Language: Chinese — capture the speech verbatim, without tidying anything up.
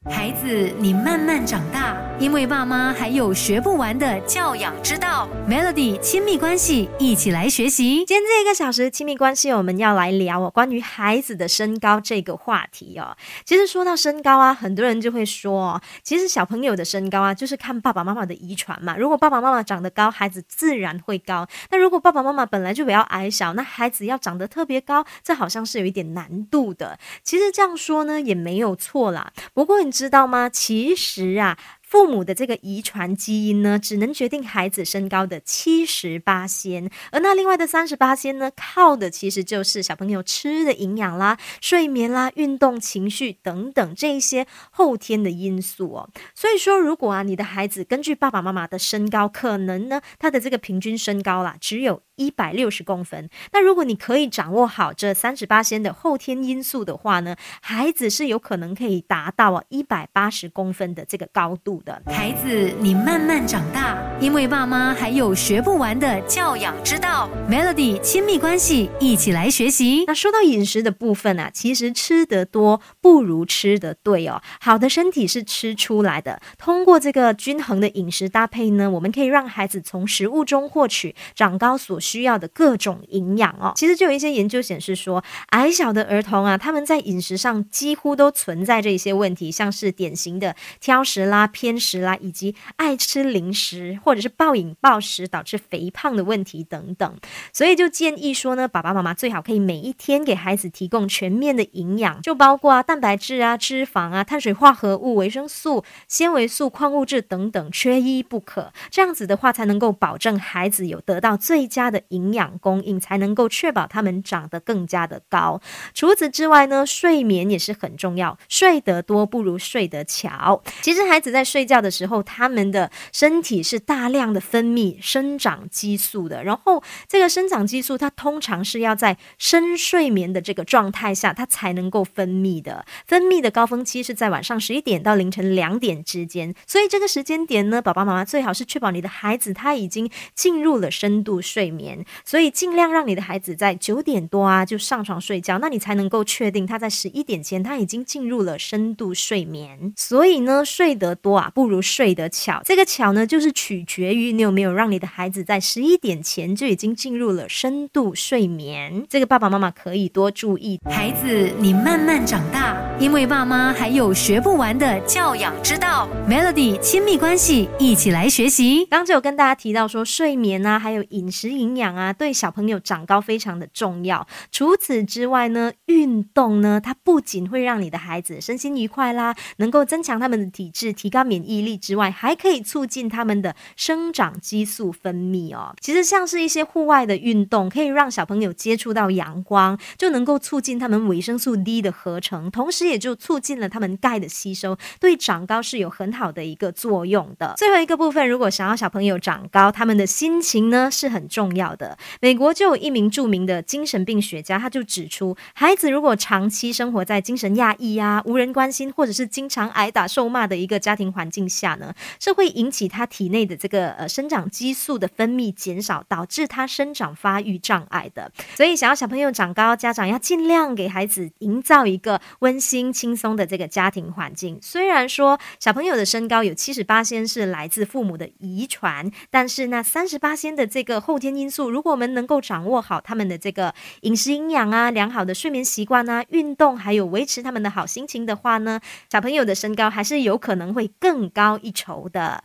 孩子，你慢慢长大，因为爸妈还有学不完的教养之道。Melody 亲密关系，一起来学习。 今天这一个小时亲密关系，我们要来聊哦关于孩子的身高这个话题哦。其实说到身高啊，很多人就会说哦，其实小朋友的身高啊，就是看爸爸妈妈的遗传嘛。如果爸爸妈妈长得高，孩子自然会高。那如果爸爸妈妈本来就比较矮小，那孩子要长得特别高，这好像是有一点难度的。其实这样说呢，也没有错啦。不过你知道吗？其实啊，父母的这个遗传基因呢，只能决定孩子身高的七十八仙，而那另外的三十八仙呢，靠的其实就是小朋友吃的营养啦、睡眠啦、运动、情绪等等这一些后天的因素哦。所以说，如果啊你的孩子根据爸爸妈妈的身高，可能呢他的这个平均身高啦只有一百六十公分，那如果你可以掌握好这三十八仙的后天因素的话呢，孩子是有可能可以达到啊一百八十公分的这个高度的。 孩子，你慢慢长大，因为爸妈还有学不完的教养之道。Melody 亲密关系，一起来学习。 那说到饮食的部分啊，其实吃得多不如吃得对哦。好的身体是吃出来的，通过这个均衡的饮食搭配呢，我们可以让孩子从食物中获取长高所需要的各种营养哦。其实就有一些研究显示说，矮小的儿童啊，他们在饮食上几乎都存在这些问题，像是典型的挑食啦、偏食啦，以及爱吃零食或者是暴饮暴食导致肥胖的问题等等。所以就建议说呢，爸爸妈妈最好可以每一天给孩子提供全面的营养，就包括啊蛋白质啊、脂肪啊、碳水化合物、维生素、纤维素、矿物质等等，缺一不可。这样子的话，才能够保证孩子有得到最佳的营养供应，才能够确保他们长得更加的高。除此之外呢，睡眠也是很重要，睡得多不如睡得巧。其实孩子在睡觉的时候，他们的身体是大量的分泌生长激素的，然后这个生长激素它通常是要在深睡眠的这个状态下，它才能够分泌的。分泌的高峰期是在晚上十一点到凌晨两点之间，所以这个时间点呢，爸爸妈妈最好是确保你的孩子他已经进入了深度睡眠，所以尽量让你的孩子在九点多啊就上床睡觉，那你才能够确定他在十一点前他已经进入了深度睡眠。所以呢，睡得多啊不如睡得巧，这个巧呢就是取决于你有没有让你的孩子在十一点前就已经进入了深度睡眠，这个爸爸妈妈可以多注意。 孩子，你慢慢长大，因为爸妈还有学不完的教养之道。Melody 亲密关系，一起来学习。 刚才有跟大家提到说，睡眠啊还有饮食营养啊对小朋友长高非常的重要。除此之外呢，运动呢它不仅会让你的孩子身心愉快啦，能够增强他们的体质，提高免疫力之外，还可以促进他们的生长激素分泌哦。其实像是一些户外的运动，可以让小朋友接触到阳光，就能够促进他们维生素 D 的合成，同时也就促进了他们钙的吸收，对长高是有很好的一个作用的。最后一个部分，如果想要小朋友长高，他们的心情呢是很重要的。美国就有一名著名的精神病学家，他就指出，孩子如果长期生活在精神压抑啊、无人关心，或者是经常挨打受骂的一个家庭环境下呢，是会引起他体内的这个呃生长激素的分泌减少，导致他生长发育障碍的。所以想要小朋友长高，家长要尽量给孩子营造一个温馨轻松的这个家庭环境。虽然说小朋友的身高有七十八仙是来自父母的遗传，但是那三十八仙的这个后天因素，如果我们能够掌握好他们的这个饮食营养啊、良好的睡眠习惯啊、运动，还有维持他们的好心情的话呢，小朋友的身高还是有可能会更高一筹的。